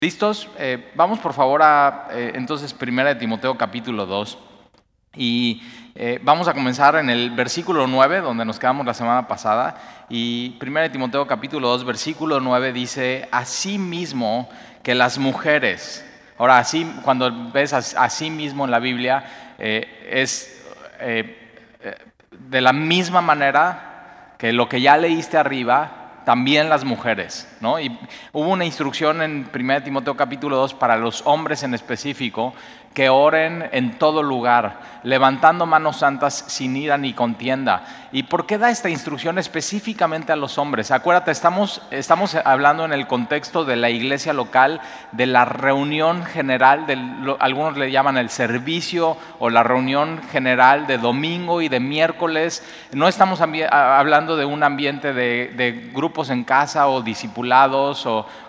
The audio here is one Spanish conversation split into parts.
¿Listos? Vamos por favor a entonces 1 Timoteo capítulo 2 y vamos a comenzar en el versículo 9 donde nos quedamos la semana pasada. Y 1 Timoteo capítulo 2 versículo 9 dice: asimismo que las mujeres. Ahora, así, cuando ves así mismo en la Biblia, es de la misma manera que lo que ya leíste arriba, también las mujeres, ¿no? Y hubo una instrucción en 1 Timoteo capítulo 2 para los hombres en específico, que oren en todo lugar, levantando manos santas sin ira ni contienda. ¿Y por qué da esta instrucción específicamente a los hombres? Acuérdate, estamos hablando en el contexto de la iglesia local, de la reunión general, algunos le llaman el servicio o la reunión general de domingo y de miércoles. No estamos hablando de un ambiente de grupos en casa o discipulados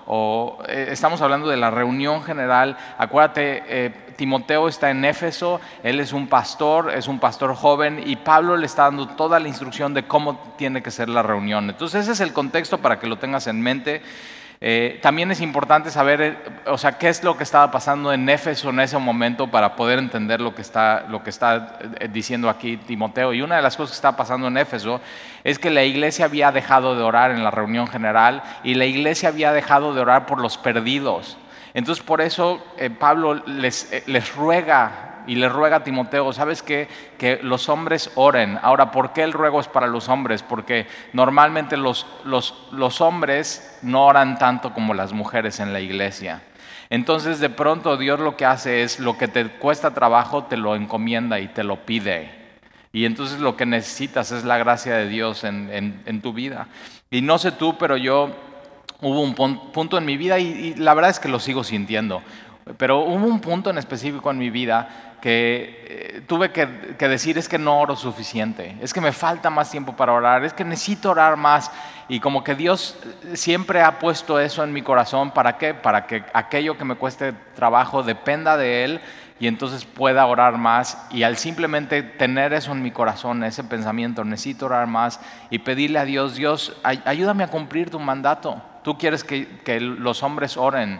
estamos hablando de la reunión general. Acuérdate, Timoteo está en Éfeso, él es un pastor joven, y Pablo le está dando toda la instrucción de cómo tiene que ser la reunión. Entonces ese es el contexto para que lo tengas en mente. También es importante saber, qué es lo que estaba pasando en Éfeso en ese momento para poder entender lo que está diciendo aquí Timoteo. Y una de las cosas que está pasando en Éfeso es que la iglesia había dejado de orar en la reunión general, y la iglesia había dejado de orar por los perdidos. Entonces por eso Pablo les ruega y le ruega a Timoteo: ¿sabes qué? Que los hombres oren. Ahora, ¿por qué el ruego es para los hombres? Porque normalmente los hombres no oran tanto como las mujeres en la iglesia. Entonces de pronto Dios lo que hace es, lo que te cuesta trabajo te lo encomienda y te lo pide. Y entonces lo que necesitas es la gracia de Dios en tu vida. Y no sé tú, pero hubo un punto en mi vida, y la verdad es que lo sigo sintiendo, pero hubo un punto en específico en mi vida que tuve que decir: es que no oro suficiente, es que me falta más tiempo para orar, es que necesito orar más. Y como que Dios siempre ha puesto eso en mi corazón. ¿Para qué? Para que aquello que me cueste trabajo dependa de Él, y entonces pueda orar más. Y al simplemente tener eso en mi corazón, ese pensamiento, necesito orar más, y pedirle a Dios: Dios, ayúdame a cumplir tu mandato. Tú quieres que los hombres oren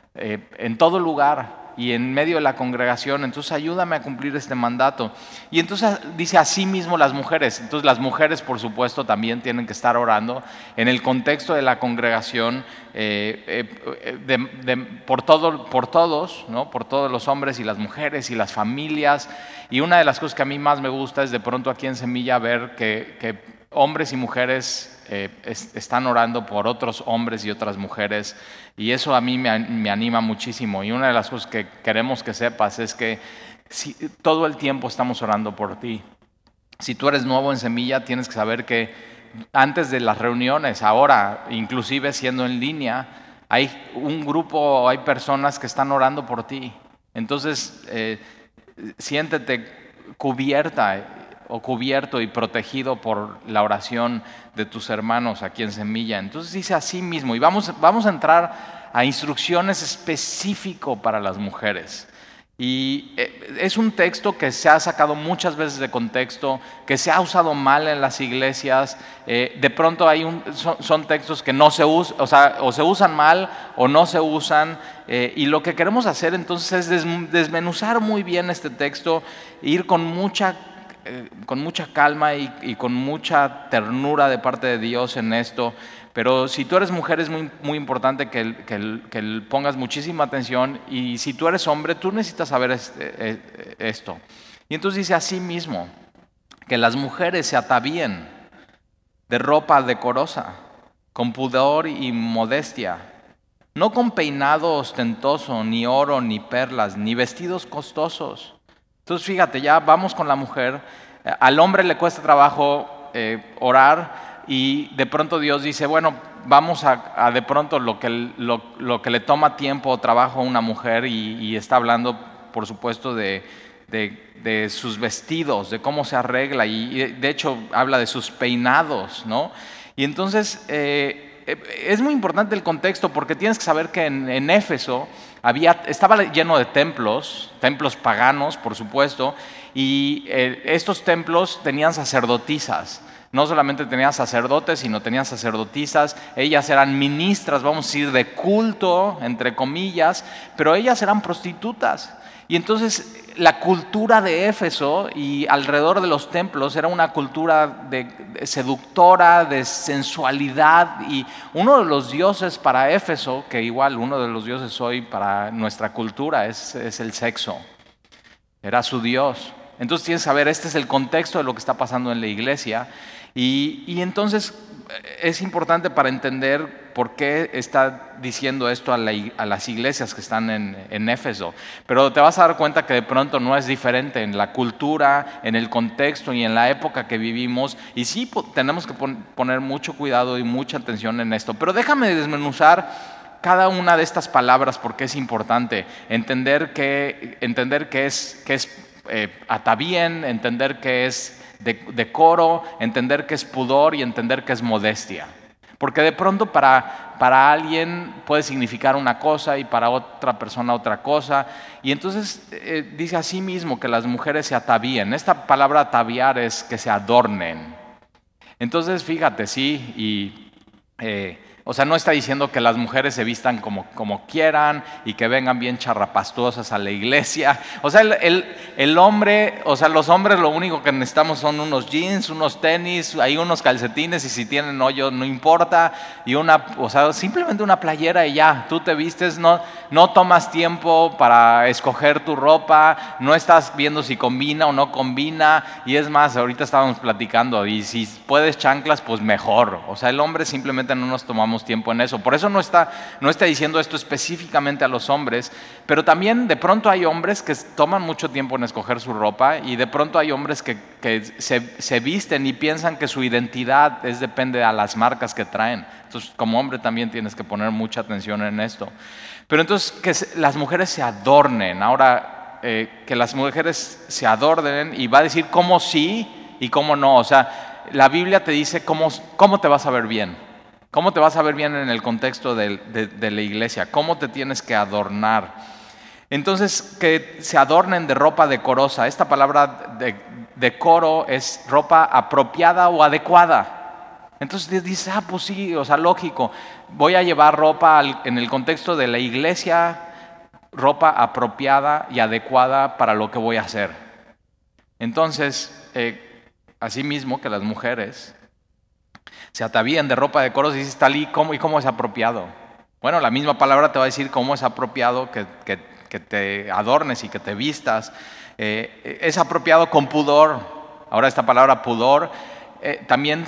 en todo lugar y en medio de la congregación, entonces ayúdame a cumplir este mandato. Y entonces dice: así mismo las mujeres. Entonces las mujeres, por supuesto, también tienen que estar orando en el contexto de la congregación, por todos, ¿no? Por todos los hombres y las mujeres y las familias. Y una de las cosas que a mí más me gusta es de pronto aquí en Semilla ver que hombres y mujeres están orando por otros hombres y otras mujeres, y eso a mí me anima muchísimo. Y una de las cosas que queremos que sepas es que todo el tiempo estamos orando por ti. Si tú eres nuevo en Semilla, tienes que saber que antes de las reuniones, ahora, inclusive siendo en línea, hay un grupo, hay personas que están orando por ti. Entonces, siéntete cubierta o cubierto y protegido por la oración de tus hermanos aquí en Semilla. Entonces dice así mismo, y vamos a entrar a instrucciones específicas para las mujeres. Y es un texto que se ha sacado muchas veces de contexto, que se ha usado mal en las iglesias. De pronto son textos que no se usan, o se usan mal o no se usan. Y lo que queremos hacer entonces es desmenuzar muy bien este texto, ir con mucha calma y con mucha ternura de parte de Dios en esto. Pero si tú eres mujer, es muy, muy importante que pongas muchísima atención, y si tú eres hombre, tú necesitas saber esto. Y entonces dice: así mismo que las mujeres se atavíen de ropa decorosa, con pudor y modestia, no con peinado ostentoso, ni oro, ni perlas, ni vestidos costosos. Entonces fíjate, ya vamos con la mujer. Al hombre le cuesta trabajo orar, y de pronto Dios dice: bueno, vamos a de pronto lo que le toma tiempo o trabajo a una mujer, y está hablando, por supuesto, de sus vestidos, de cómo se arregla, y de hecho habla de sus peinados, ¿no? Y entonces es muy importante el contexto, porque tienes que saber que en Éfeso estaba lleno de templos paganos, por supuesto, y estos templos tenían sacerdotisas. No solamente tenías sacerdotes, sino tenías sacerdotisas. Ellas eran ministras, vamos a decir, de culto, entre comillas, pero ellas eran prostitutas. Y entonces la cultura de Éfeso y alrededor de los templos era una cultura de seductora, de sensualidad. Y uno de los dioses para Éfeso, que igual uno de los dioses hoy para nuestra cultura es el sexo. Era su dios. Entonces tienes que saber, este es el contexto de lo que está pasando en la iglesia. Y entonces es importante para entender por qué está diciendo esto a las iglesias que están en Éfeso. Pero te vas a dar cuenta que de pronto no es diferente en la cultura, en el contexto y en la época que vivimos. Y sí tenemos que poner mucho cuidado y mucha atención en esto. Pero déjame desmenuzar cada una de estas palabras porque es importante entender que es atavíen, entender que es decoro, entender que es pudor y entender que es modestia. Porque de pronto para alguien puede significar una cosa y para otra persona otra cosa. Y entonces dice así mismo que las mujeres se atavíen. Esta palabra ataviar es que se adornen. Entonces fíjate, sí, o sea, no está diciendo que las mujeres se vistan como quieran y que vengan bien charrapastuosas a la iglesia. O sea, el hombre, o sea, los hombres lo único que necesitamos son unos jeans, unos tenis, hay unos calcetines y si tienen hoyo no importa. Y o sea, simplemente una playera y ya, tú te vistes, no tomas tiempo para escoger tu ropa, no estás viendo si combina o no combina. Y es más, ahorita estábamos platicando y si puedes chanclas, pues mejor. O sea, el hombre simplemente no nos tomamos tiempo en eso. Por eso no está diciendo esto específicamente a los hombres, pero también de pronto hay hombres que toman mucho tiempo en escoger su ropa y de pronto hay hombres que se visten y piensan que su identidad depende de las marcas que traen. Entonces, como hombre también tienes que poner mucha atención en esto. Pero entonces, que las mujeres se adornen. Ahora, que las mujeres se adornen y va a decir cómo sí y cómo no. O sea, la Biblia te dice cómo te vas a ver bien. ¿Cómo te vas a ver bien en el contexto de la iglesia? ¿Cómo te tienes que adornar? Entonces, que se adornen de ropa decorosa. Esta palabra decoro es ropa apropiada o adecuada. Entonces dices, pues sí, o sea, lógico. Voy a llevar ropa en el contexto de la iglesia, ropa apropiada y adecuada para lo que voy a hacer. Entonces, asimismo que las mujeres se atavían de ropa decorosa y dices, Talí, ¿cómo es apropiado? Bueno, la misma palabra te va a decir cómo es apropiado que te adornes y que te vistas. Es apropiado con pudor. Ahora esta palabra pudor también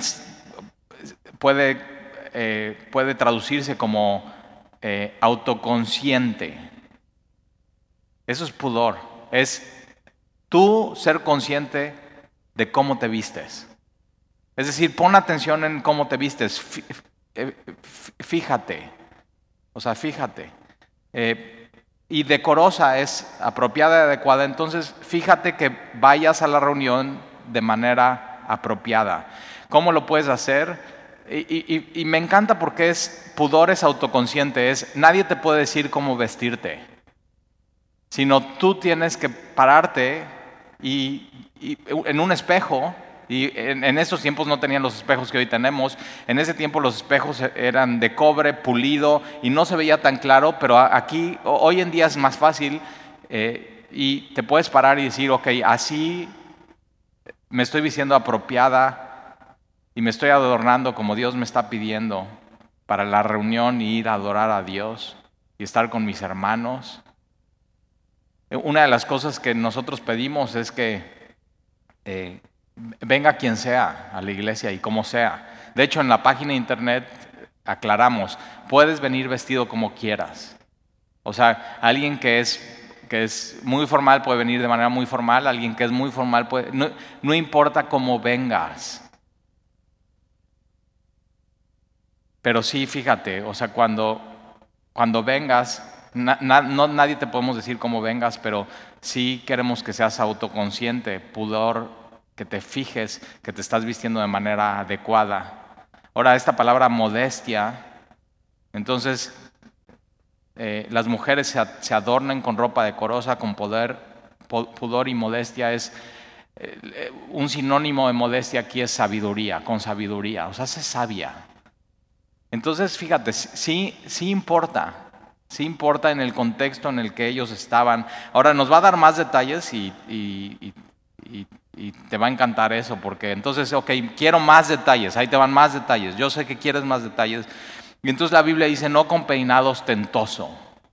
puede traducirse como autoconsciente. Eso es pudor. Es tú ser consciente de cómo te vistes. Es decir, pon atención en cómo te vistes, fíjate, o sea, fíjate. Y decorosa es apropiada y adecuada, entonces fíjate que vayas a la reunión de manera apropiada. ¿Cómo lo puedes hacer? Y me encanta porque pudor es autoconsciente, nadie te puede decir cómo vestirte, sino tú tienes que pararte y en un espejo. Y en esos tiempos no tenían los espejos que hoy tenemos. En ese tiempo los espejos eran de cobre, pulido, y no se veía tan claro, pero aquí, hoy en día es más fácil y te puedes parar y decir, ok, así me estoy vistiendo apropiada y me estoy adornando como Dios me está pidiendo para la reunión y ir a adorar a Dios y estar con mis hermanos. Una de las cosas que nosotros pedimos es que venga quien sea a la iglesia y como sea. De hecho, en la página de internet aclaramos, puedes venir vestido como quieras. O sea, alguien que es muy formal puede venir de manera muy formal, alguien que es muy formal no importa cómo vengas. Pero sí, fíjate, o sea, cuando vengas, nadie te podemos decir cómo vengas, pero sí queremos que seas autoconsciente, pudor, que te fijes que te estás vistiendo de manera adecuada. Ahora, esta palabra modestia, entonces las mujeres se adornen con ropa decorosa, con pudor y modestia, es Un sinónimo de modestia aquí es sabiduría, con sabiduría, o sea, sé sabia. Entonces, fíjate, sí importa en el contexto en el que ellos estaban. Ahora nos va a dar más detalles y te va a encantar eso, porque entonces, ok, quiero más detalles, ahí te van más detalles, yo sé que quieres más detalles. Y entonces la Biblia dice, no con peinado ostentoso.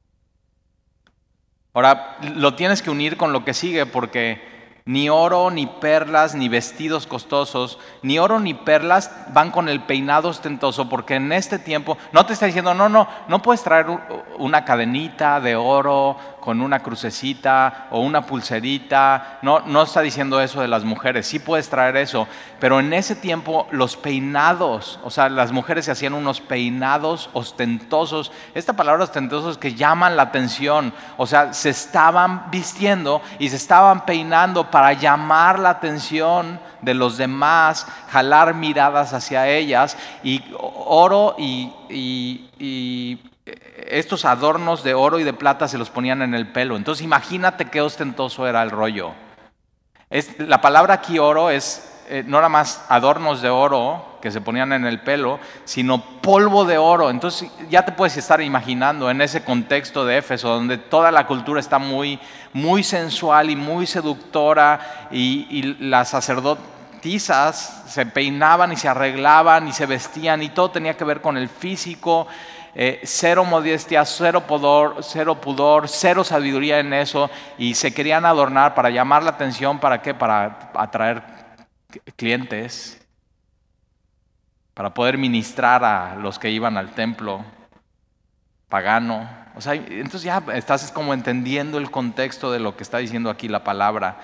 Ahora, lo tienes que unir con lo que sigue, porque ni oro, ni perlas, ni vestidos costosos, ni oro ni perlas van con el peinado ostentoso, porque en este tiempo, no te está diciendo, no puedes traer una cadenita de oro con una crucecita o una pulserita, no está diciendo eso de las mujeres, sí puedes traer eso, pero en ese tiempo los peinados, o sea, las mujeres se hacían unos peinados ostentosos. Esta palabra ostentoso es que llaman la atención, o sea, se estaban vistiendo y se estaban peinando para llamar la atención de los demás, jalar miradas hacia ellas, y oro y estos adornos de oro y de plata se los ponían en el pelo. Entonces imagínate qué ostentoso era el rollo. La palabra aquí oro es no nada más adornos de oro que se ponían en el pelo, sino polvo de oro. Entonces ya te puedes estar imaginando en ese contexto de Éfeso, donde toda la cultura está muy, muy sensual y muy seductora, y las sacerdotisas se peinaban y se arreglaban y se vestían, y todo tenía que ver con el físico. Cero modestia, cero pudor, cero sabiduría en eso, y se querían adornar para llamar la atención. ¿Para qué? Para atraer clientes, para poder ministrar a los que iban al templo pagano. O sea, entonces ya estás como entendiendo el contexto de lo que está diciendo aquí la palabra.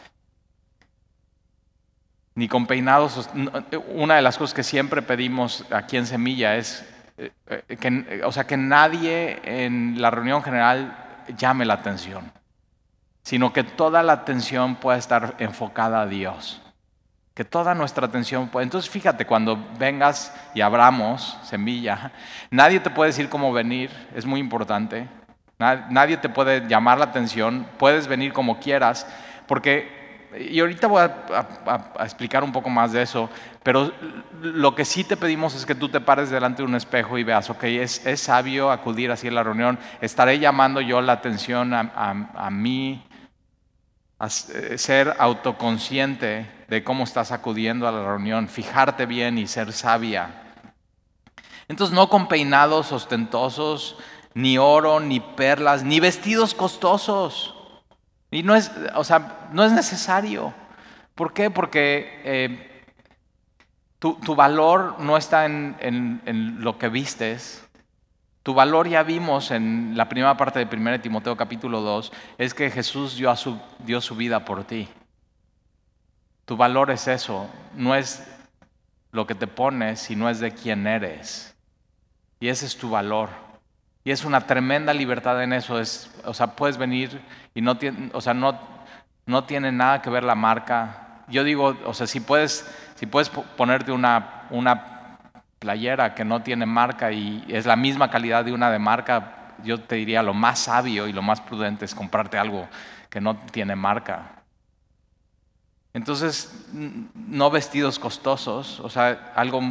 Ni con peinados. Una de las cosas que siempre pedimos aquí en Semilla es que nadie en la reunión general llame la atención, sino que toda la atención pueda estar enfocada a Dios. Que toda nuestra atención pueda. Entonces fíjate, cuando vengas y abramos Semilla, nadie te puede decir cómo venir, es muy importante. Nadie te puede llamar la atención, puedes venir como quieras, porque, y ahorita voy a explicar un poco más de eso, pero lo que sí te pedimos es que tú te pares delante de un espejo y veas, ok, es sabio acudir así a la reunión, estaré llamando yo la atención a mí, a ser autoconsciente de cómo estás acudiendo a la reunión, fijarte bien y ser sabia. Entonces, no con peinados ostentosos, ni oro, ni perlas, ni vestidos costosos. Y no es necesario. ¿Por qué? Porque tu valor no está en lo que vistes. Tu valor, ya vimos en la primera parte de 1 Timoteo capítulo 2, es que Jesús dio su vida por ti. Tu valor es eso, no es lo que te pones, sino es de quién eres. Y ese es tu valor. Y es una tremenda libertad en eso. Puedes venir y no tiene nada que ver la marca. Yo digo, si puedes ponerte una playera que no tiene marca y es la misma calidad de una de marca, yo te diría lo más sabio y lo más prudente es comprarte algo que no tiene marca. Entonces, no vestidos costosos, algo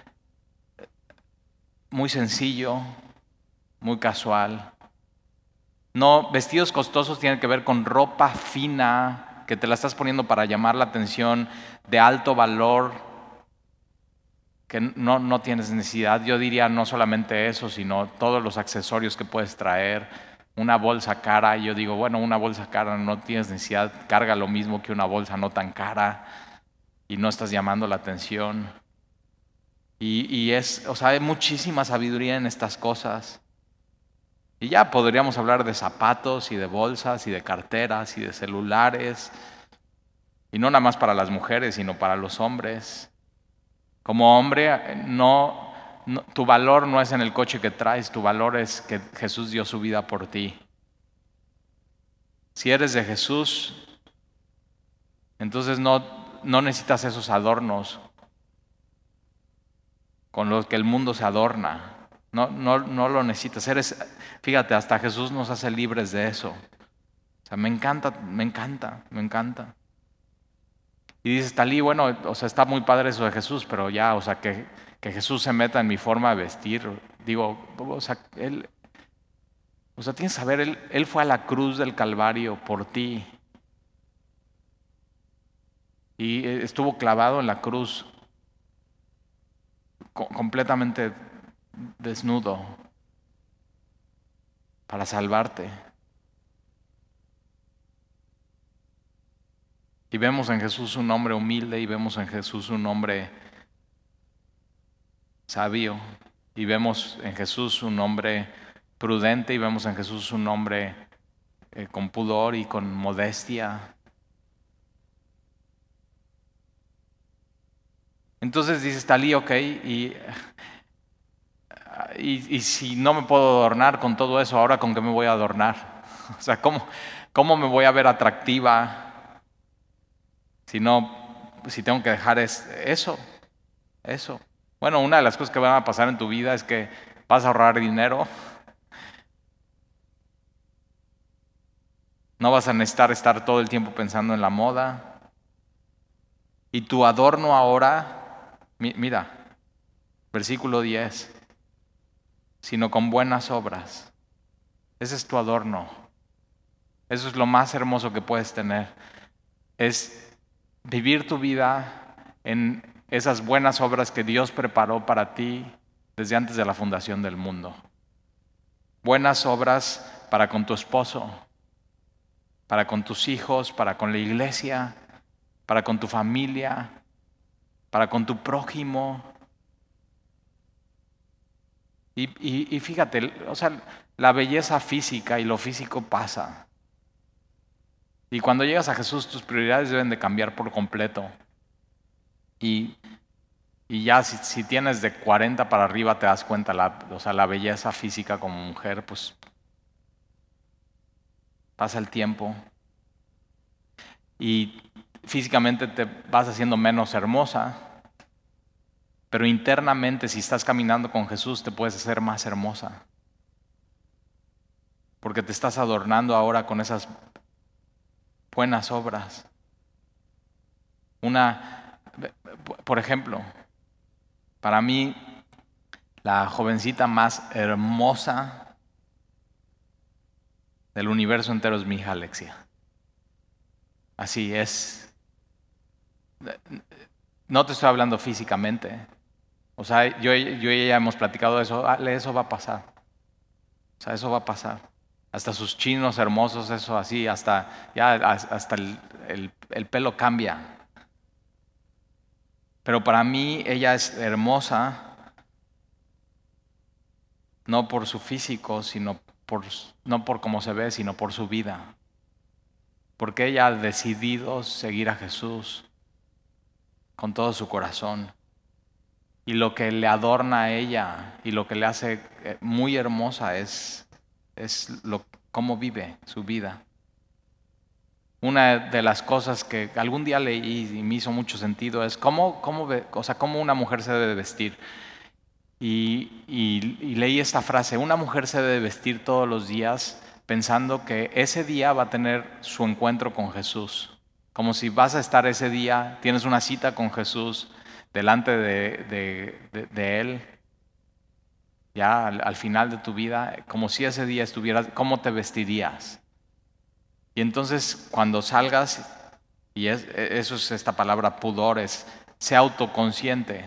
muy sencillo, muy casual. No, vestidos costosos tienen que ver con ropa fina, que te la estás poniendo para llamar la atención, de alto valor, que no tienes necesidad. Yo diría no solamente eso, sino todos los accesorios que puedes traer. Una bolsa cara, yo digo, bueno, una bolsa cara no tienes necesidad, carga lo mismo que una bolsa no tan cara y no estás llamando la atención. Hay muchísima sabiduría en estas cosas. Y ya podríamos hablar de zapatos y de bolsas y de carteras y de celulares. Y no nada más para las mujeres, sino para los hombres. Como hombre, tu valor no es en el coche que traes, tu valor es que Jesús dio su vida por ti. Si eres de Jesús, entonces no necesitas esos adornos con los que el mundo se adorna. No lo necesitas. Fíjate, hasta Jesús nos hace libres de eso. Me encanta. Y dices, Talí, bueno, o sea, está muy padre eso de Jesús, pero ya, o sea, que Jesús se meta en mi forma de vestir. Digo, o sea, tienes que saber, él fue a la cruz del Calvario por ti y estuvo clavado en la cruz completamente desnudo para salvarte. Y vemos en Jesús un hombre humilde y vemos en Jesús un hombre sabio y vemos en Jesús un hombre prudente y vemos en Jesús un hombre con pudor y con modestia. Entonces dices, Talí, ok, y si no me puedo adornar con todo eso, ¿ahora con qué me voy a adornar? O sea, ¿cómo me voy a ver atractiva si no, si tengo que dejar eso? Bueno, una de las cosas que van a pasar en tu vida es que vas a ahorrar dinero, no vas a necesitar estar todo el tiempo pensando en la moda, y tu adorno ahora, mira, versículo 10, sino con buenas obras. Ese es tu adorno. Eso es lo más hermoso que puedes tener. Es vivir tu vida en esas buenas obras que Dios preparó para ti desde antes de la fundación del mundo. Buenas obras para con tu esposo, para con tus hijos, para con la iglesia, para con tu familia, para con tu prójimo. Y fíjate, o sea, la belleza física y lo físico pasa. Y cuando llegas a Jesús, tus prioridades deben de cambiar por completo. Y, y ya si tienes de 40 para arriba te das cuenta, o sea, la belleza física como mujer, pues pasa el tiempo y físicamente te vas haciendo menos hermosa, pero internamente si estás caminando con Jesús te puedes hacer más hermosa, porque te estás adornando ahora con esas buenas obras. Por ejemplo, para mí la jovencita más hermosa del universo entero es mi hija Alexia. Así es. No te estoy hablando físicamente. O sea, yo y ella hemos platicado de eso. Eso va a pasar. O sea, eso va a pasar. Hasta sus chinos hermosos, eso así, hasta el pelo cambia. Pero para mí ella es hermosa, no por su físico, no por cómo se ve, sino por su vida. Porque ella ha decidido seguir a Jesús con todo su corazón. Y lo que le adorna a ella y lo que le hace muy hermosa es cómo vive su vida. Una de las cosas que algún día leí y me hizo mucho sentido es cómo una mujer se debe vestir. Y leí esta frase: una mujer se debe vestir todos los días pensando que ese día va a tener su encuentro con Jesús. Como si vas a estar ese día, tienes una cita con Jesús delante de Él, ya al final de tu vida, como si ese día estuvieras, ¿cómo te vestirías? Y entonces cuando salgas, y eso es esta palabra pudor, es sé autoconsciente.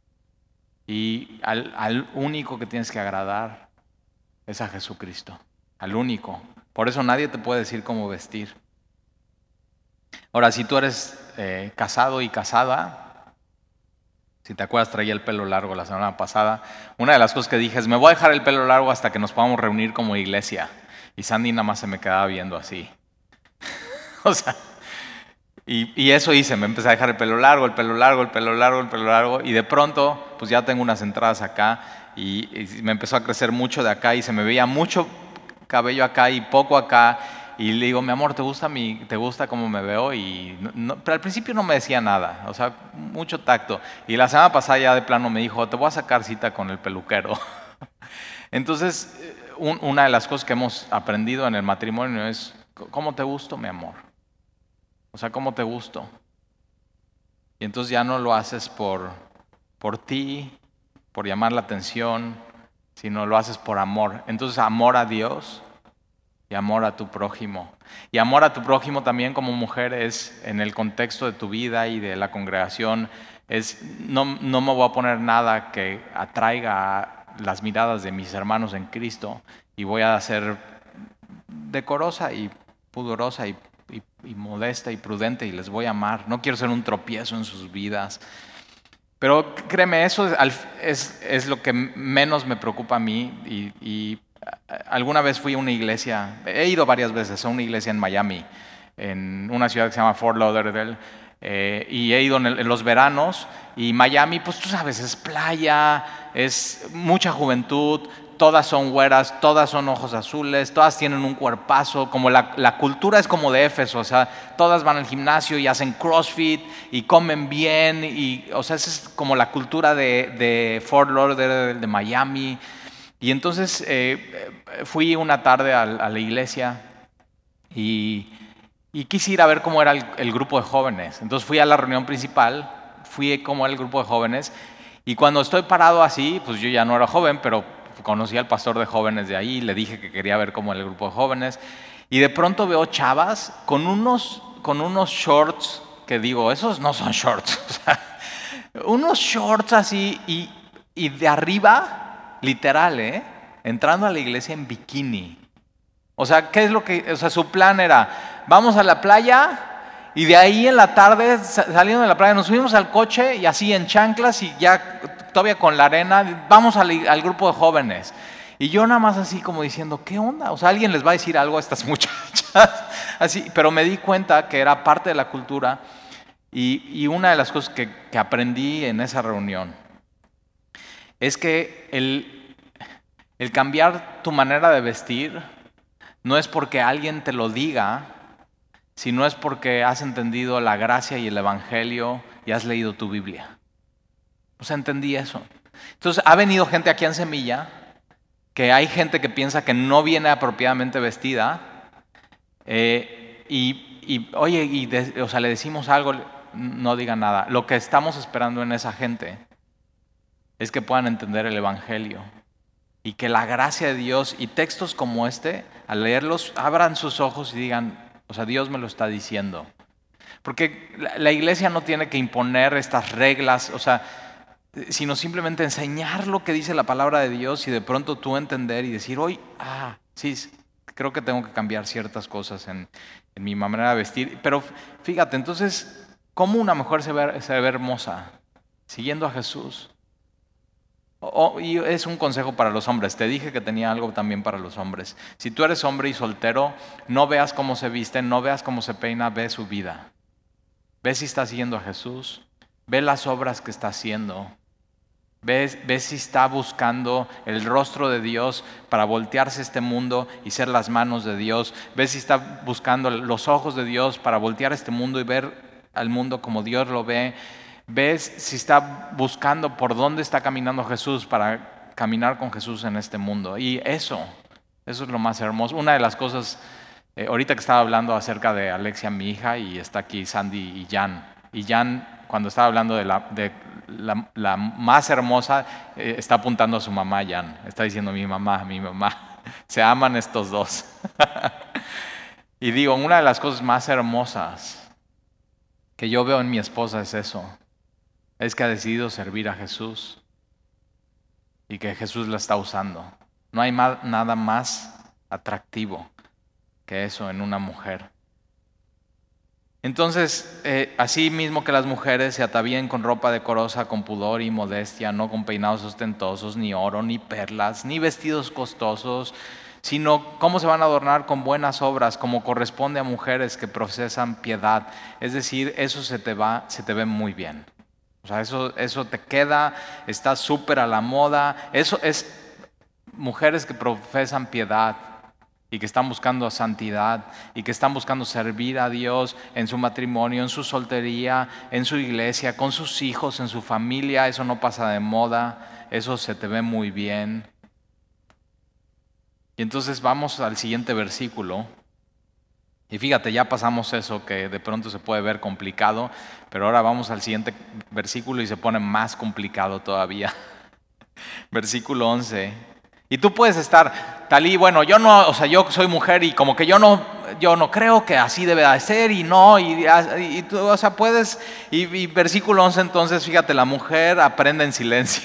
Y al único que tienes que agradar es a Jesucristo, al único. Por eso nadie te puede decir cómo vestir. Ahora, si tú eres casado y casada, si te acuerdas, traía el pelo largo la semana pasada. Una de las cosas que dije es, me voy a dejar el pelo largo hasta que nos podamos reunir como iglesia. Y Sandy nada más se me quedaba viendo así. O sea, y eso hice, me empecé a dejar el pelo largo, el pelo largo, el pelo largo, el pelo largo. Y de pronto, pues ya tengo unas entradas acá y me empezó a crecer mucho de acá y se me veía mucho cabello acá y poco acá. Y le digo, mi amor, ¿te gusta cómo me veo? Pero al principio no me decía nada, o sea, mucho tacto. Y la semana pasada ya de plano me dijo, te voy a sacar cita con el peluquero. Entonces, una de las cosas que hemos aprendido en el matrimonio es, ¿cómo te gusto, mi amor? O sea, ¿cómo te gusto? Y entonces ya no lo haces por ti, por llamar la atención, sino lo haces por amor. Entonces amor a Dios y amor a tu prójimo. Y amor a tu prójimo también como mujer es en el contexto de tu vida y de la congregación. No me voy a poner nada que atraiga las miradas de mis hermanos en Cristo y voy a ser decorosa y pudorosa y modesta y prudente y les voy a amar. No quiero ser un tropiezo en sus vidas. Pero créeme, eso es lo que menos me preocupa a mí. Y alguna vez fui a una iglesia, he ido varias veces a una iglesia en Miami, en una ciudad que se llama Fort Lauderdale, y he ido en los veranos. Y Miami, pues tú sabes, es playa, es mucha juventud, todas son güeras, todas son ojos azules, todas tienen un cuerpazo, como la cultura es como de Éfeso, o sea, todas van al gimnasio y hacen CrossFit y comen bien, o sea, esa es como la cultura de Fort Lauderdale, de Miami. Y entonces fui una tarde a la iglesia y quise ir a ver cómo era el grupo de jóvenes. Entonces fui a la reunión principal, fui cómo era el grupo de jóvenes, y cuando estoy parado así, pues yo ya no era joven, pero conocí al pastor de jóvenes de ahí, le dije que quería ver cómo era el grupo de jóvenes, y de pronto veo chavas con unos shorts que digo, esos no son shorts, o sea, unos shorts así, y de arriba, literal, entrando a la iglesia en bikini. O sea, ¿qué es lo que...? O sea, su plan era, vamos a la playa y de ahí en la tarde, saliendo de la playa, nos subimos al coche y así en chanclas y ya todavía con la arena, vamos al grupo de jóvenes. Y yo nada más así como diciendo, ¿qué onda? O sea, alguien les va a decir algo a estas muchachas. Así, pero me di cuenta que era parte de la cultura y una de las cosas que aprendí en esa reunión es que el cambiar tu manera de vestir no es porque alguien te lo diga, sino es porque has entendido la gracia y el evangelio y has leído tu Biblia. O sea, entendí eso. Entonces, ha venido gente aquí en Semilla, que hay gente que piensa que no viene apropiadamente vestida, o sea, le decimos algo, no digan nada. Lo que estamos esperando en esa gente es que puedan entender el evangelio. Y que la gracia de Dios y textos como este, al leerlos, abran sus ojos y digan, o sea, Dios me lo está diciendo. Porque la iglesia no tiene que imponer estas reglas, o sea, sino simplemente enseñar lo que dice la palabra de Dios y de pronto tú entender y decir, sí, creo que tengo que cambiar ciertas cosas en mi manera de vestir. Pero fíjate, entonces, ¿cómo una mujer se ve hermosa? Siguiendo a Jesús. Y es un consejo para los hombres. Te dije que tenía algo también para los hombres. Si tú eres hombre y soltero, no veas cómo se viste, no veas cómo se peina, ve su vida. Ve si está siguiendo a Jesús. Ve las obras que está haciendo. Ve si está buscando el rostro de Dios para voltearse este mundo y ser las manos de Dios. Ve si está buscando los ojos de Dios para voltear este mundo y ver al mundo como Dios lo ve. Ves si está buscando por dónde está caminando Jesús para caminar con Jesús en este mundo. Y eso es lo más hermoso. Una de las cosas, ahorita que estaba hablando acerca de Alexia, mi hija, y está aquí Sandy y Jan. Y Jan, cuando estaba hablando de la más hermosa, está apuntando a su mamá, Jan. Está diciendo mi mamá. Se aman estos dos. Y digo, una de las cosas más hermosas que yo veo en mi esposa es eso. Es que ha decidido servir a Jesús y que Jesús la está usando. No hay nada más atractivo que eso en una mujer. Entonces, así mismo que las mujeres se atavíen con ropa decorosa, con pudor y modestia, no con peinados ostentosos, ni oro, ni perlas, ni vestidos costosos, sino cómo se van a adornar con buenas obras, como corresponde a mujeres que profesan piedad. Es decir, eso se te ve muy bien. O sea, eso te queda, está súper a la moda. Eso es mujeres que profesan piedad y que están buscando santidad y que están buscando servir a Dios en su matrimonio, en su soltería, en su iglesia, con sus hijos, en su familia. Eso no pasa de moda, eso se te ve muy bien. Y entonces vamos al siguiente versículo. Y fíjate, ya pasamos eso que de pronto se puede ver complicado, pero ahora vamos al siguiente versículo y se pone más complicado todavía. Versículo 11. Y tú puedes estar, Talí, bueno, yo no, o sea, yo soy mujer y como que yo no creo que así debe de ser y no, y tú, o sea, puedes, y versículo 11 entonces, fíjate, la mujer aprende en silencio.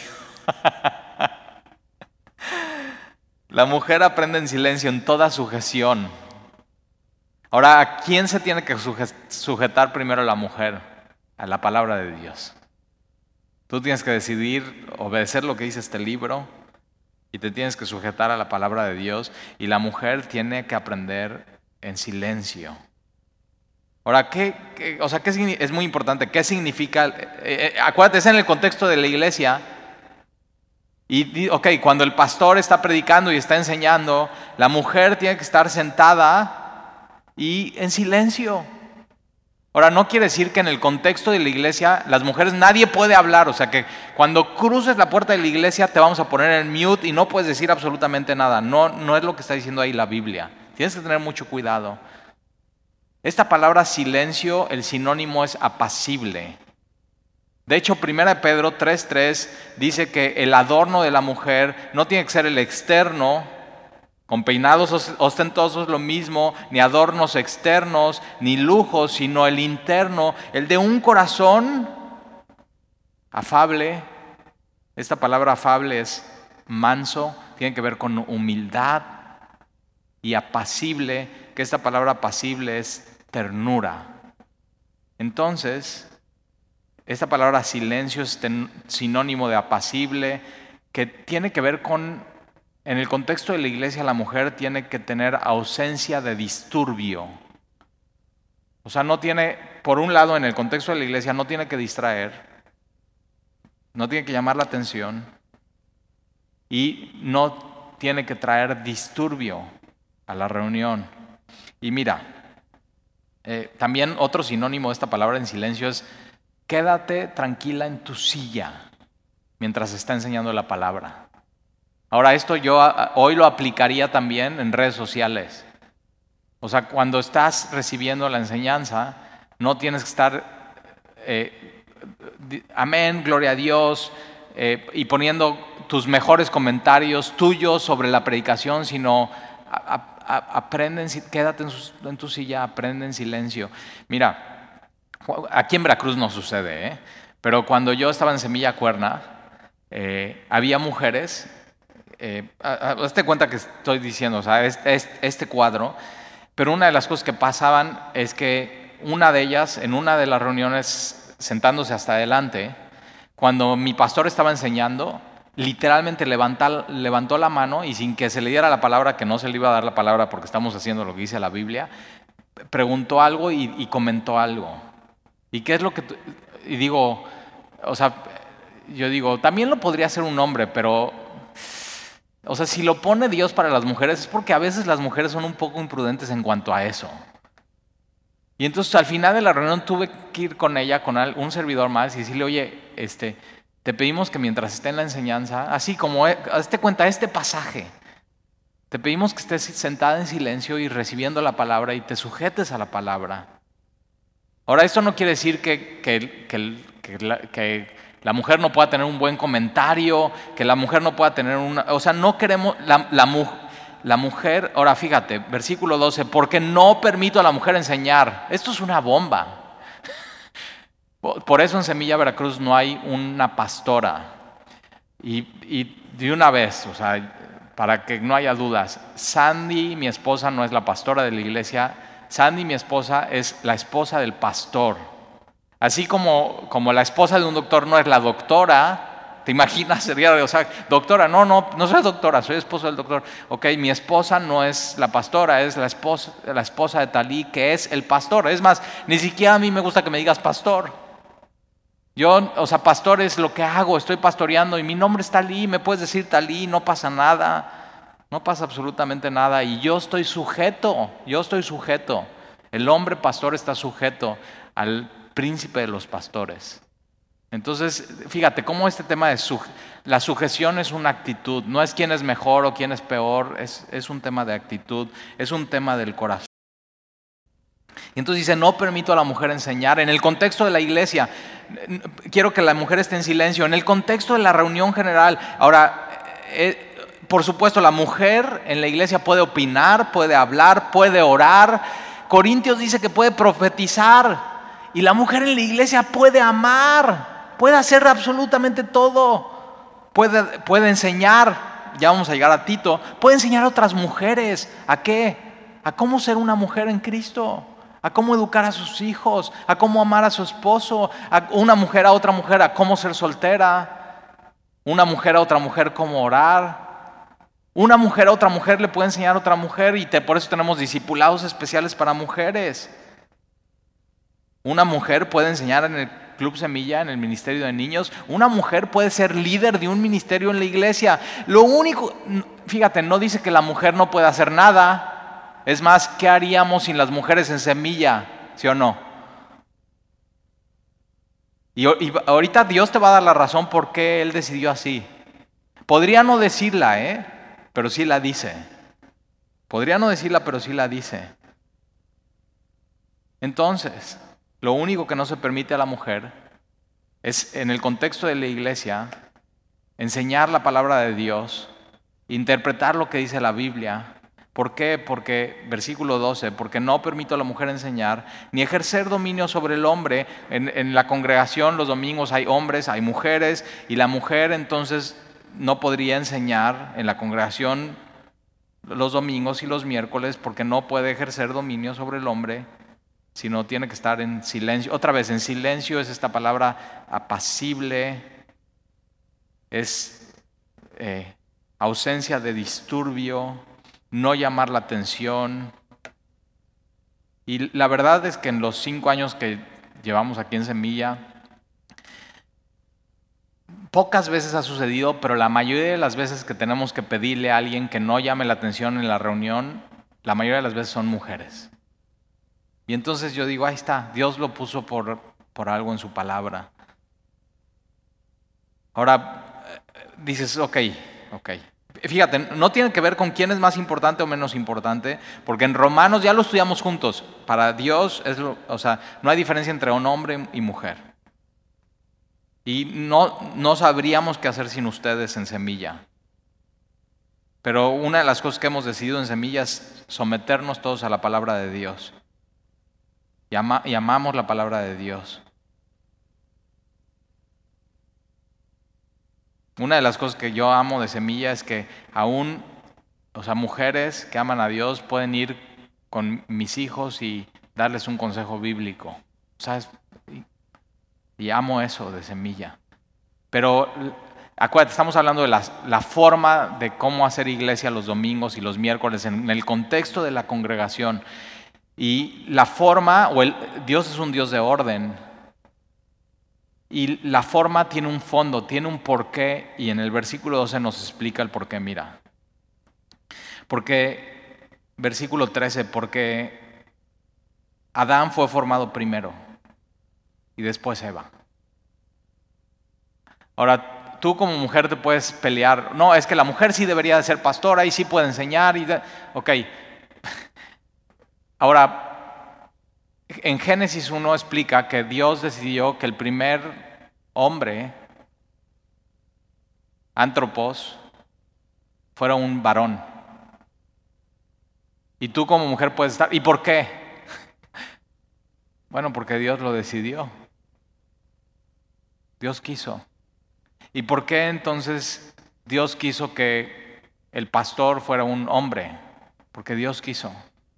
La mujer aprende en silencio en toda sujeción. Ahora, ¿a quién se tiene que sujetar primero la mujer? A la palabra de Dios. Tú tienes que decidir obedecer lo que dice este libro y te tienes que sujetar a la palabra de Dios, y la mujer tiene que aprender en silencio. Ahora, es muy importante, ¿qué significa? Acuérdate, es en el contexto de la iglesia. Y cuando el pastor está predicando y está enseñando, la mujer tiene que estar sentada y en silencio. Ahora, no quiere decir que en el contexto de la iglesia las mujeres nadie puede hablar, o sea que cuando cruces la puerta de la iglesia te vamos a poner en mute y no puedes decir absolutamente nada. No, no es lo que está diciendo ahí la Biblia. Tienes que tener mucho cuidado. Esta palabra silencio, el sinónimo es apacible. De hecho, 1 Pedro 3:3 dice que el adorno de la mujer no tiene que ser el externo, con peinados ostentosos lo mismo, ni adornos externos, ni lujos, sino el interno, el de un corazón afable. Esta palabra afable es manso, tiene que ver con humildad, y apacible, que esta palabra apacible es ternura. Entonces, esta palabra silencio es sinónimo de apacible, que tiene que ver con, en el contexto de la iglesia, la mujer tiene que tener ausencia de disturbio. O sea, no tiene, por un lado, en el contexto de la iglesia, no tiene que distraer, no tiene que llamar la atención y no tiene que traer disturbio a la reunión. Y mira, también otro sinónimo de esta palabra en silencio es quédate tranquila en tu silla mientras está enseñando la palabra. Ahora, esto yo hoy lo aplicaría también en redes sociales. O sea, cuando estás recibiendo la enseñanza, no tienes que estar amén, gloria a Dios, y poniendo tus mejores comentarios tuyos sobre la predicación, sino aprende, quédate en tu silla, aprende en silencio. Mira, aquí en Veracruz no sucede, pero cuando yo estaba en Semilla Cuerna, había mujeres, hazte cuenta que estoy diciendo, o sea, este cuadro, pero una de las cosas que pasaban es que una de ellas, en una de las reuniones, sentándose hasta adelante, cuando mi pastor estaba enseñando, literalmente levantó la mano y sin que se le diera la palabra, que no se le iba a dar la palabra porque estamos haciendo lo que dice la Biblia, preguntó algo y comentó algo. ¿Y qué es lo que y digo, o sea, yo digo, también lo podría hacer un hombre, pero, o sea, si lo pone Dios para las mujeres es porque a veces las mujeres son un poco imprudentes en cuanto a eso. Y entonces al final de la reunión tuve que ir con ella, con un servidor más y decirle, oye, te pedimos que mientras esté en la enseñanza, así como hazte cuenta este pasaje, te pedimos que estés sentada en silencio y recibiendo la palabra y te sujetes a la palabra. Ahora, esto no quiere decir que la mujer no pueda tener un buen comentario, que la mujer no pueda tener una... O sea, no queremos... La mujer, ahora fíjate, versículo 12, porque no permito a la mujer enseñar. Esto es una bomba. Por eso en Semilla Veracruz no hay una pastora. Y de una vez, o sea, para que no haya dudas, Sandy, mi esposa, no es la pastora de la iglesia. Sandy, mi esposa, es la esposa del pastor. Así como la esposa de un doctor no es la doctora. ¿Te imaginas? O sea, doctora, no soy doctora, soy esposo del doctor. Ok, mi esposa no es la pastora, es la esposa de Talí, que es el pastor. Es más, ni siquiera a mí me gusta que me digas pastor. Yo, o sea, pastor es lo que hago, estoy pastoreando y mi nombre es Talí, me puedes decir Talí, no pasa nada, no pasa absolutamente nada y yo estoy sujeto. El hombre pastor está sujeto al príncipe de los pastores. Entonces, fíjate cómo este tema de la sujeción es una actitud, no es quién es mejor o quién es peor, es un tema de actitud, es un tema del corazón. Y entonces dice, no permito a la mujer enseñar. En el contexto de la iglesia, quiero que la mujer esté en silencio. En el contexto de la reunión general, ahora, por supuesto, la mujer en la iglesia puede opinar, puede hablar, puede orar. Corintios dice que puede profetizar. Y la mujer en la iglesia puede amar, puede hacer absolutamente todo. Puede enseñar. Ya vamos a llegar a Tito. Puede enseñar a otras mujeres. ¿A qué? A cómo ser una mujer en Cristo. A cómo educar a sus hijos, a cómo amar a su esposo, a una mujer a otra mujer, a cómo ser soltera, una mujer a otra mujer cómo orar, una mujer a otra mujer le puede enseñar a otra mujer y por eso tenemos discipulados especiales para mujeres. Una mujer puede enseñar en el Club Semilla, en el Ministerio de Niños. Una mujer puede ser líder de un ministerio en la iglesia. Lo único, fíjate, no dice que la mujer no puede hacer nada. Es más, ¿qué haríamos sin las mujeres en Semilla? ¿Sí o no? Y ahorita Dios te va a dar la razón por qué Él decidió así. Podría no decirla, pero sí la dice. Podría no decirla, pero sí la dice. Entonces, lo único que no se permite a la mujer es, en el contexto de la iglesia, enseñar la palabra de Dios, interpretar lo que dice la Biblia. ¿Por qué? Porque, versículo 12, porque no permito a la mujer enseñar, ni ejercer dominio sobre el hombre. En la congregación los domingos hay hombres, hay mujeres, y la mujer entonces no podría enseñar en la congregación los domingos y los miércoles porque no puede ejercer dominio sobre el hombre, sino tiene que estar en silencio. Otra vez, en silencio es esta palabra apacible, es ausencia de disturbio, no llamar la atención. Y la verdad es que en los 5 años que llevamos aquí en Semilla, pocas veces ha sucedido, pero la mayoría de las veces que tenemos que pedirle a alguien que no llame la atención en la reunión, la mayoría de las veces son mujeres. Y entonces yo digo, ahí está, Dios lo puso por algo en su palabra. Ahora, dices, ok. Fíjate, no tiene que ver con quién es más importante o menos importante, porque en Romanos ya lo estudiamos juntos. Para Dios, no hay diferencia entre un hombre y mujer. Y no sabríamos qué hacer sin ustedes en Semilla. Pero una de las cosas que hemos decidido en Semilla es someternos todos a la palabra de Dios. Y amamos la palabra de Dios. Una de las cosas que yo amo de Semilla es que aún, mujeres que aman a Dios pueden ir con mis hijos y darles un consejo bíblico. ¿Sabes? Y amo eso de Semilla. Pero acuérdate, estamos hablando de la forma de cómo hacer iglesia los domingos y los miércoles en el contexto de la congregación. Y la forma, Dios es un Dios de orden. Y la forma tiene un fondo, tiene un porqué, y en el versículo 12 nos explica el porqué, mira. Porque, versículo 13, porque Adán fue formado primero y después Eva. Ahora, tú como mujer te puedes pelear, no, es que la mujer sí debería de ser pastora y sí puede enseñar, ok. Ahora, en Génesis 1 explica que Dios decidió que el primer hombre, antropos, fuera un varón. Y tú como mujer puedes estar. ¿Y por qué? Bueno, porque Dios lo decidió. Dios quiso. ¿Y por qué entonces Dios quiso que el pastor fuera un hombre? Porque Dios quiso.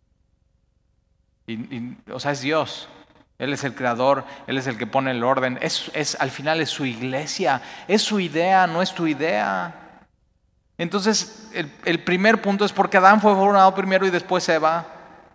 Es Dios. Él es el creador, Él es el que pone el orden. Al final es su iglesia, es su idea, no es tu idea. Entonces, el primer punto es porque Adán fue formado primero y después Eva.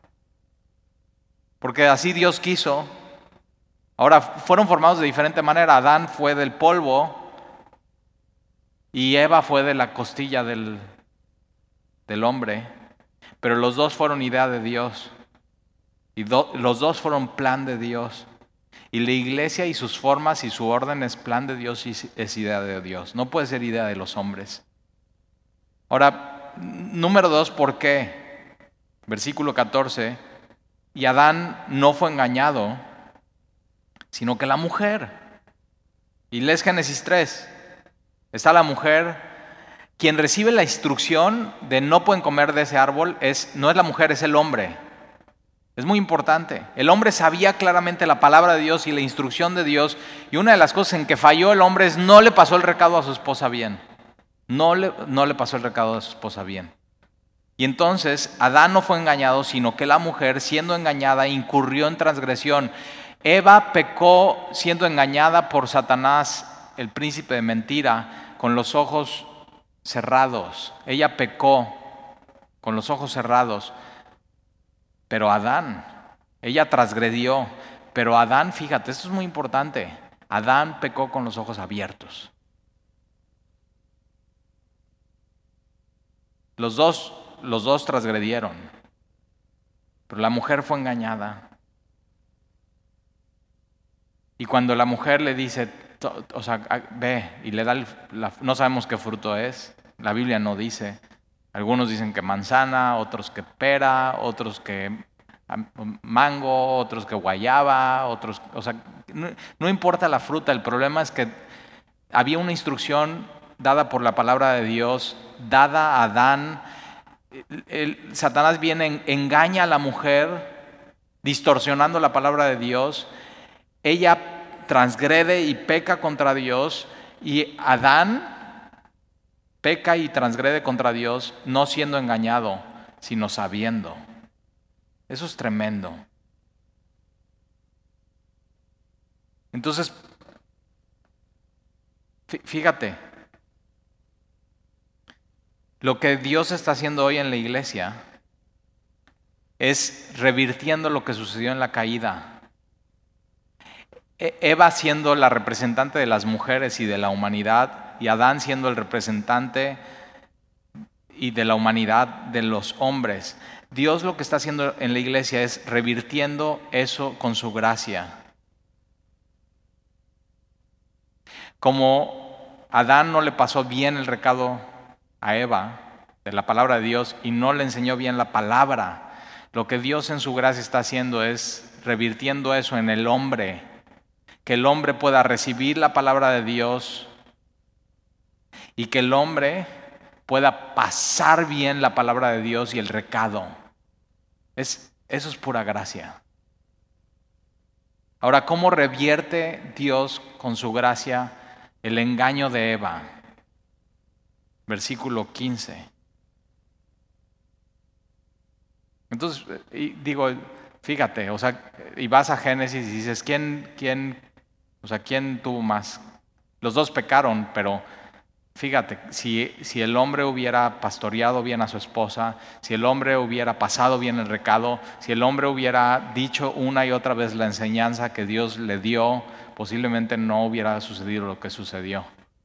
Porque así Dios quiso. Ahora, fueron formados de diferente manera. Adán fue del polvo y Eva fue de la costilla del hombre. Pero los dos fueron idea de Dios. Y los dos fueron plan de Dios. Y la iglesia y sus formas y su orden es plan de Dios y es idea de Dios. No puede ser idea de los hombres. Ahora, número 2, ¿por qué? Versículo 14. Y Adán no fue engañado, sino que la mujer. Y lees Génesis 3. Está la mujer. Quien recibe la instrucción de no pueden comer de ese árbol no es la mujer, es el hombre. Es muy importante. El hombre sabía claramente la palabra de Dios y la instrucción de Dios. Y una de las cosas en que falló el hombre es no le pasó el recado a su esposa bien. No le pasó el recado a su esposa bien. Y entonces Adán no fue engañado, sino que la mujer, siendo engañada, incurrió en transgresión. Eva pecó siendo engañada por Satanás, el príncipe de mentira, con los ojos cerrados. Ella pecó con los ojos cerrados. Pero Adán, ella transgredió. Pero Adán, fíjate, esto es muy importante. Adán pecó con los ojos abiertos. Los dos transgredieron, pero la mujer fue engañada. Y cuando la mujer le dice, ve y le da, no sabemos qué fruto es, la Biblia no dice. Algunos dicen que manzana, otros que pera, otros que mango, otros que guayaba, otros, no importa la fruta, el problema es que había una instrucción dada por la palabra de Dios, dada a Adán. Satanás viene, engaña a la mujer, distorsionando la palabra de Dios. Ella transgrede y peca contra Dios, y Adán peca y transgrede contra Dios, no siendo engañado, sino sabiendo. Eso es tremendo. Entonces, fíjate, lo que Dios está haciendo hoy en la iglesia es revirtiendo lo que sucedió en la caída. Eva siendo la representante de las mujeres y de la humanidad, y Adán siendo el representante y de la humanidad de los hombres. Dios lo que está haciendo en la iglesia es revirtiendo eso con su gracia. Como Adán no le pasó bien el recado a Eva de la palabra de Dios y no le enseñó bien la palabra, lo que Dios en su gracia está haciendo es revirtiendo eso en el hombre, que el hombre pueda recibir la palabra de Dios y que el hombre pueda pasar bien la palabra de Dios y el recado. Eso es pura gracia. Ahora, ¿cómo revierte Dios con su gracia el engaño de Eva? Versículo 15. Entonces, fíjate, y vas a Génesis y dices, ¿quién tuvo más? Los dos pecaron, pero fíjate, si el hombre hubiera pastoreado bien a su esposa, si el hombre hubiera pasado bien el recado, si el hombre hubiera dicho una y otra vez la enseñanza que Dios le dio, posiblemente no hubiera sucedido lo que sucedió.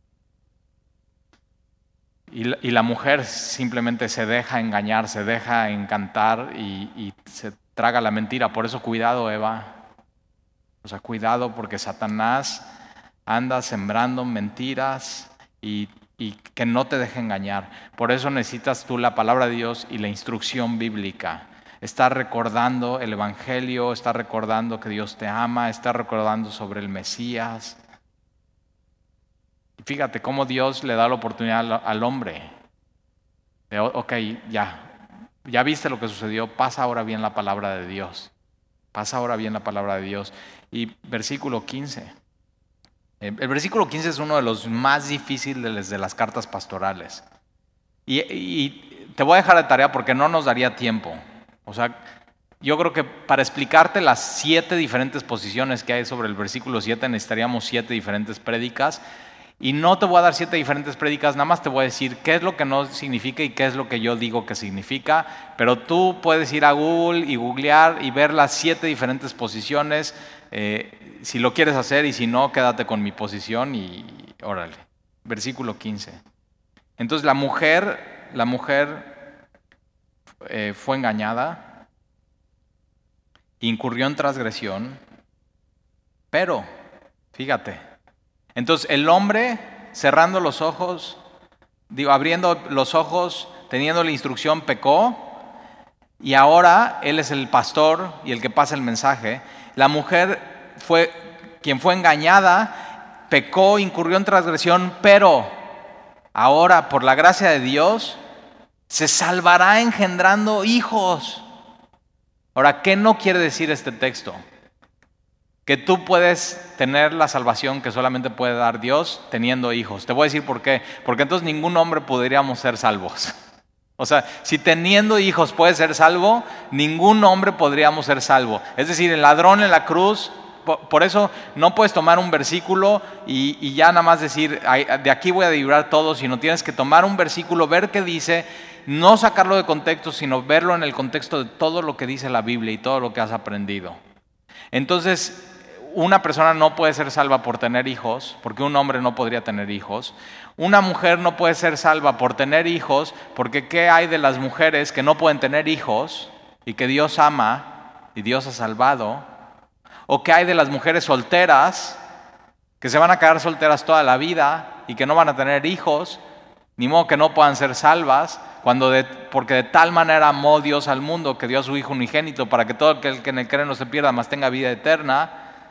Y la mujer simplemente se deja engañar, se deja encantar y se traga la mentira. Por eso cuidado, Eva. Cuidado, porque Satanás anda sembrando mentiras y que no te deje engañar. Por eso necesitas tú la palabra de Dios y la instrucción bíblica. Estar recordando el Evangelio, estar recordando que Dios te ama, estar recordando sobre el Mesías. Fíjate cómo Dios le da la oportunidad al hombre. Ya viste lo que sucedió, pasa ahora bien la palabra de Dios. Pasa ahora bien la palabra de Dios. Y versículo 15. El versículo 15 es uno de los más difíciles de las cartas pastorales. Y te voy a dejar de tarea porque no nos daría tiempo. Yo creo que para explicarte las 7 diferentes posiciones que hay sobre el versículo 7 necesitaríamos 7 diferentes prédicas. Y no te voy a dar 7 diferentes prédicas, nada más te voy a decir qué es lo que no significa y qué es lo que yo digo que significa. Pero tú puedes ir a Google y googlear y ver las 7 diferentes posiciones, si lo quieres hacer, y si no, quédate con mi posición y órale. Versículo 15. Entonces la mujer fue engañada, incurrió en transgresión, pero, fíjate, entonces el hombre cerrando los ojos, abriendo los ojos, teniendo la instrucción, pecó, y ahora él es el pastor y el que pasa el mensaje. La mujer fue quien fue engañada, pecó, incurrió en transgresión, pero ahora por la gracia de Dios se salvará engendrando hijos. Ahora, ¿qué no quiere decir este texto? Que tú puedes tener la salvación que solamente puede dar Dios teniendo hijos. Te voy a decir por qué. Porque entonces ningún hombre podríamos ser salvos. O sea, si teniendo hijos puede ser salvo, ningún hombre podríamos ser salvo. Es decir, el ladrón en la cruz, por eso no puedes tomar un versículo y ya nada más decir, de aquí voy a librar todo, sino tienes que tomar un versículo, ver qué dice, no sacarlo de contexto, sino verlo en el contexto de todo lo que dice la Biblia y todo lo que has aprendido. Entonces, una persona no puede ser salva por tener hijos, porque un hombre no podría tener hijos. Una mujer no puede ser salva por tener hijos, porque ¿qué hay de las mujeres que no pueden tener hijos y que Dios ama y Dios ha salvado? ¿O qué hay de las mujeres solteras que se van a quedar solteras toda la vida y que no van a tener hijos? Ni modo que no puedan ser salvas, porque de tal manera amó Dios al mundo que dio a su Hijo unigénito para que todo el que en él cree no se pierda, mas tenga vida eterna.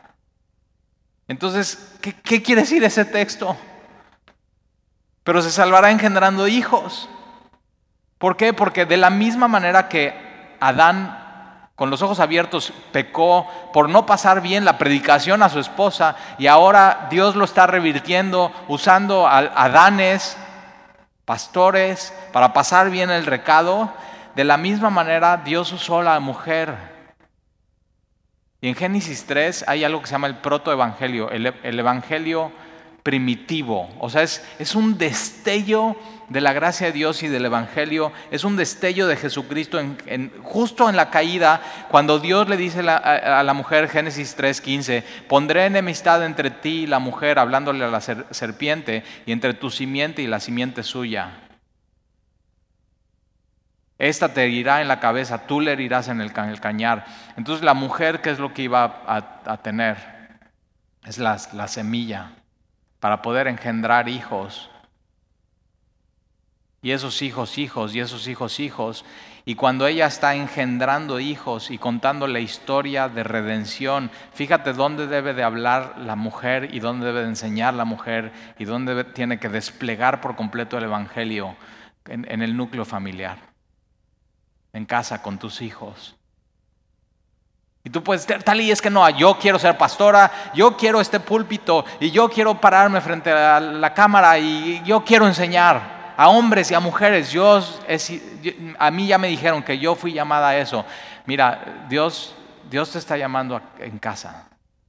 Entonces, ¿qué quiere decir ese texto? Pero se salvará engendrando hijos. ¿Por qué? Porque de la misma manera que Adán, con los ojos abiertos, pecó por no pasar bien la predicación a su esposa, y ahora Dios lo está revirtiendo usando a Adanes, pastores, para pasar bien el recado. De la misma manera Dios usó a la mujer. Y en Génesis 3 hay algo que se llama el protoevangelio, el evangelio primitivo. O sea, es un destello de la gracia de Dios y del evangelio. Es un destello de Jesucristo justo en la caída, cuando Dios le dice a la mujer, Génesis 3:15, pondré enemistad entre ti y la mujer, hablándole a la serpiente, y entre tu simiente y la simiente suya. Esta te herirá en la cabeza, tú le herirás en el cañar. Entonces la mujer, ¿qué es lo que iba a tener? Es la semilla para poder engendrar hijos. Y esos hijos, hijos, y esos hijos, hijos. Y cuando ella está engendrando hijos y contando la historia de redención, fíjate dónde debe de hablar la mujer y dónde debe de enseñar la mujer y dónde tiene que desplegar por completo el evangelio en el núcleo familiar. En casa con tus hijos. Y tú puedes decir, Tali, es que no, yo quiero ser pastora, yo quiero este púlpito y yo quiero pararme frente a la cámara y yo quiero enseñar a hombres y a mujeres. A mí ya me dijeron que yo fui llamada a eso. Mira, Dios te está llamando en casa.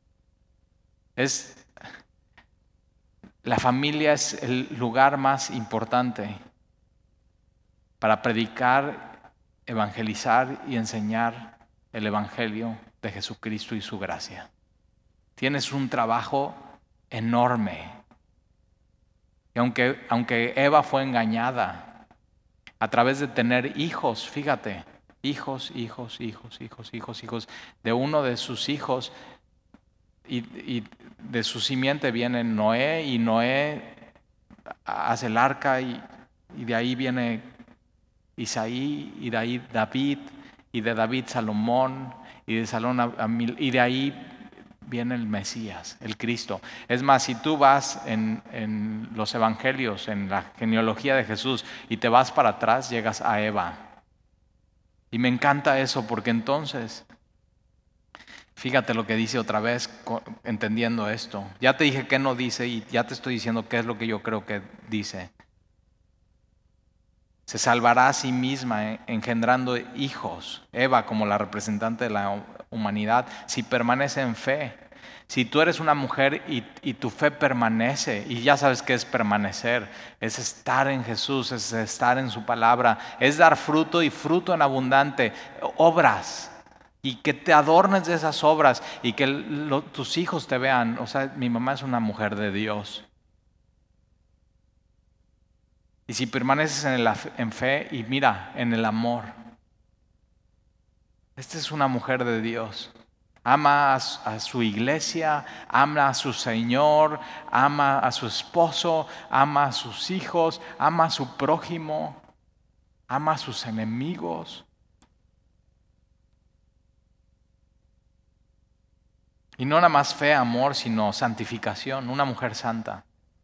La familia es el lugar más importante para predicar, evangelizar y enseñar el evangelio de Jesucristo y su gracia. Tienes un trabajo enorme. Y aunque Eva fue engañada a través de tener hijos, fíjate, hijos de uno de sus hijos, y de su simiente viene Noé, y Noé hace el arca, y de ahí viene Isaí, y de ahí David, y de David Salomón, y de Salomón y de ahí viene el Mesías, el Cristo. Es más, si tú vas en los evangelios, en la genealogía de Jesús, y te vas para atrás, llegas a Eva. Y me encanta eso, porque entonces, fíjate lo que dice otra vez, entendiendo esto. Ya te dije qué no dice y ya te estoy diciendo qué es lo que yo creo que dice. Se salvará a sí misma engendrando hijos, Eva como la representante de la humanidad, si permanece en fe. Si tú eres una mujer y tu fe permanece, y ya sabes qué es permanecer, es estar en Jesús, es estar en su palabra, es dar fruto y fruto en abundante, obras, y que te adornes de esas obras y que tus hijos te vean. O sea, mi mamá es una mujer de Dios. Y si permaneces en fe y mira, en el amor. Esta es una mujer de Dios. Ama a su iglesia, ama a su Señor, ama a su esposo, ama a sus hijos, ama a su prójimo, ama a sus enemigos. Y no nada más fe, amor, sino santificación, una mujer santa.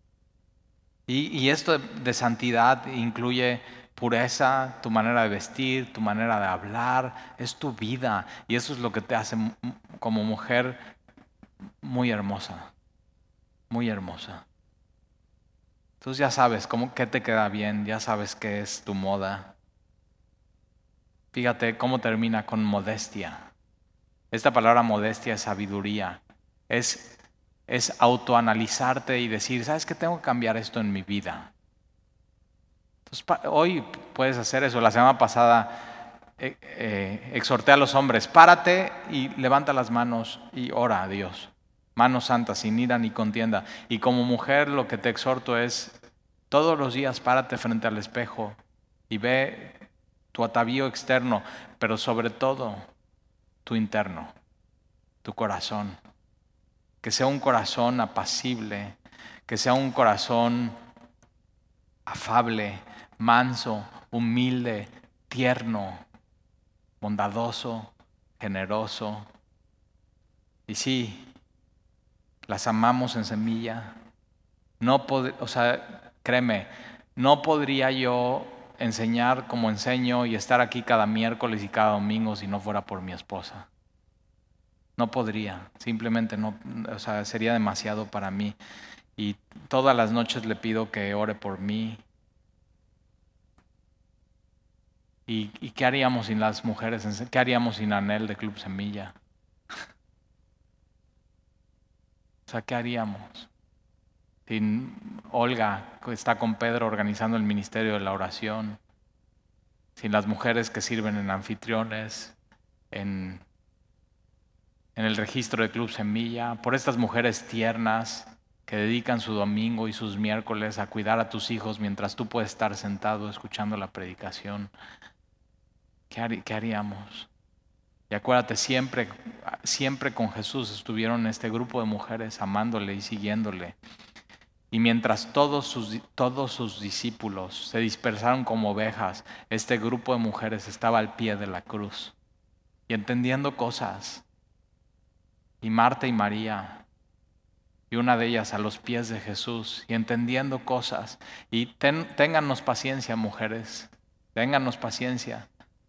Y esto de santidad incluye pureza, tu manera de vestir, tu manera de hablar, es tu vida. Y eso es lo que te hace como mujer muy hermosa, muy hermosa. Entonces ya sabes qué te queda bien, ya sabes qué es tu moda. Fíjate cómo termina con modestia. Esta palabra modestia es sabiduría, es, es autoanalizarte y decir, ¿sabes qué? Tengo que cambiar esto en mi vida. Entonces, hoy puedes hacer eso. La semana pasada exhorté a los hombres, párate y levanta las manos y ora a Dios. Manos santas, sin ira ni contienda. Y como mujer lo que te exhorto es, todos los días párate frente al espejo y ve tu atavío externo, pero sobre todo tu interno, tu corazón. Que sea un corazón apacible, que sea un corazón afable, manso, humilde, tierno, bondadoso, generoso. Y sí, las amamos en Semilla. Créeme, no podría yo enseñar como enseño y estar aquí cada miércoles y cada domingo si no fuera por mi esposa. No podría, simplemente no, sería demasiado para mí. Y todas las noches le pido que ore por mí. ¿Y qué haríamos sin las mujeres? ¿Qué haríamos sin Anel de Club Semilla? ¿Qué haríamos? Sin Olga, que está con Pedro organizando el ministerio de la oración. Sin las mujeres que sirven en anfitriones, en el registro de Club Semilla. Por estas mujeres tiernas que dedican su domingo y sus miércoles a cuidar a tus hijos mientras tú puedes estar sentado escuchando la predicación. ¿Qué haríamos? Y acuérdate, siempre con Jesús estuvieron este grupo de mujeres amándole y siguiéndole. Y mientras todos sus discípulos se dispersaron como ovejas, este grupo de mujeres estaba al pie de la cruz y entendiendo cosas. Y Marta y María, y una de ellas a los pies de Jesús y entendiendo cosas. Y téngannos paciencia, mujeres, téngannos paciencia.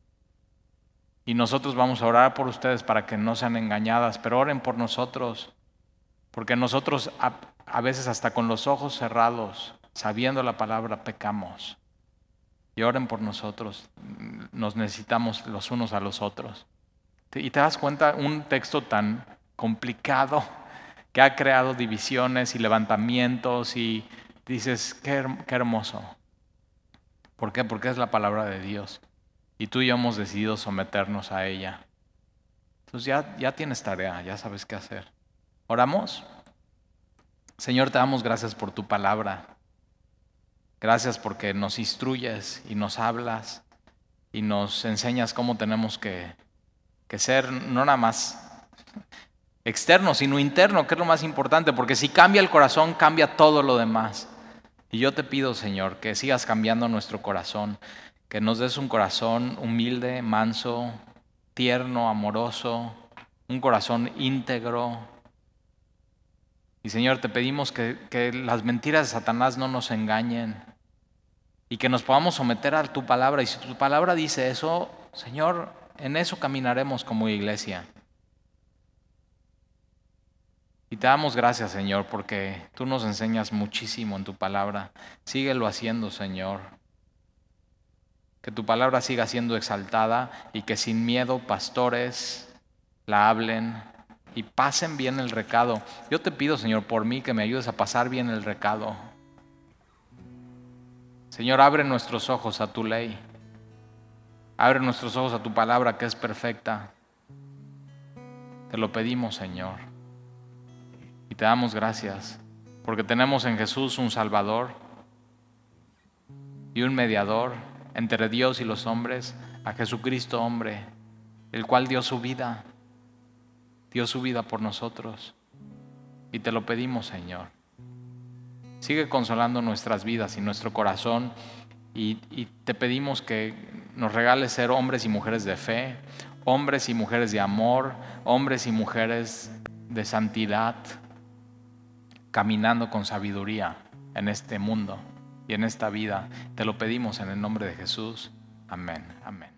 Y nosotros vamos a orar por ustedes para que no sean engañadas, pero oren por nosotros, porque nosotros a veces hasta con los ojos cerrados, sabiendo la palabra, pecamos. Y oren por nosotros, nos necesitamos los unos a los otros. Y te das cuenta, un texto tan complicado que ha creado divisiones y levantamientos y dices, qué hermoso. ¿Por qué? Porque es la palabra de Dios. Y tú y yo hemos decidido someternos a ella. Entonces ya tienes tarea, ya sabes qué hacer. ¿Oramos? Señor, te damos gracias por tu palabra. Gracias porque nos instruyes y nos hablas y nos enseñas cómo tenemos que ser, no nada más externo, sino interno, que es lo más importante, porque si cambia el corazón, cambia todo lo demás. Y yo te pido, Señor, que sigas cambiando nuestro corazón, que nos des un corazón humilde, manso, tierno, amoroso, un corazón íntegro. Y Señor, te pedimos que las mentiras de Satanás no nos engañen y que nos podamos someter a tu palabra. Y si tu palabra dice eso, Señor, en eso caminaremos como iglesia. Y te damos gracias, Señor, porque tú nos enseñas muchísimo en tu palabra. Síguelo haciendo, Señor. Que tu palabra siga siendo exaltada y que sin miedo pastores la hablen y pasen bien el recado. Yo te pido, Señor, por mí que me ayudes a pasar bien el recado. Señor, abre nuestros ojos a tu ley. Abre nuestros ojos a tu palabra que es perfecta. Te lo pedimos, Señor. Y te damos gracias porque tenemos en Jesús un Salvador y un mediador entre Dios y los hombres, a Jesucristo hombre, el cual dio su vida por nosotros. Y te lo pedimos, Señor. Sigue consolando nuestras vidas y nuestro corazón y te pedimos que nos regales ser hombres y mujeres de fe, hombres y mujeres de amor, hombres y mujeres de santidad, caminando con sabiduría en este mundo y en esta vida. Te lo pedimos en el nombre de Jesús. Amén. Amén.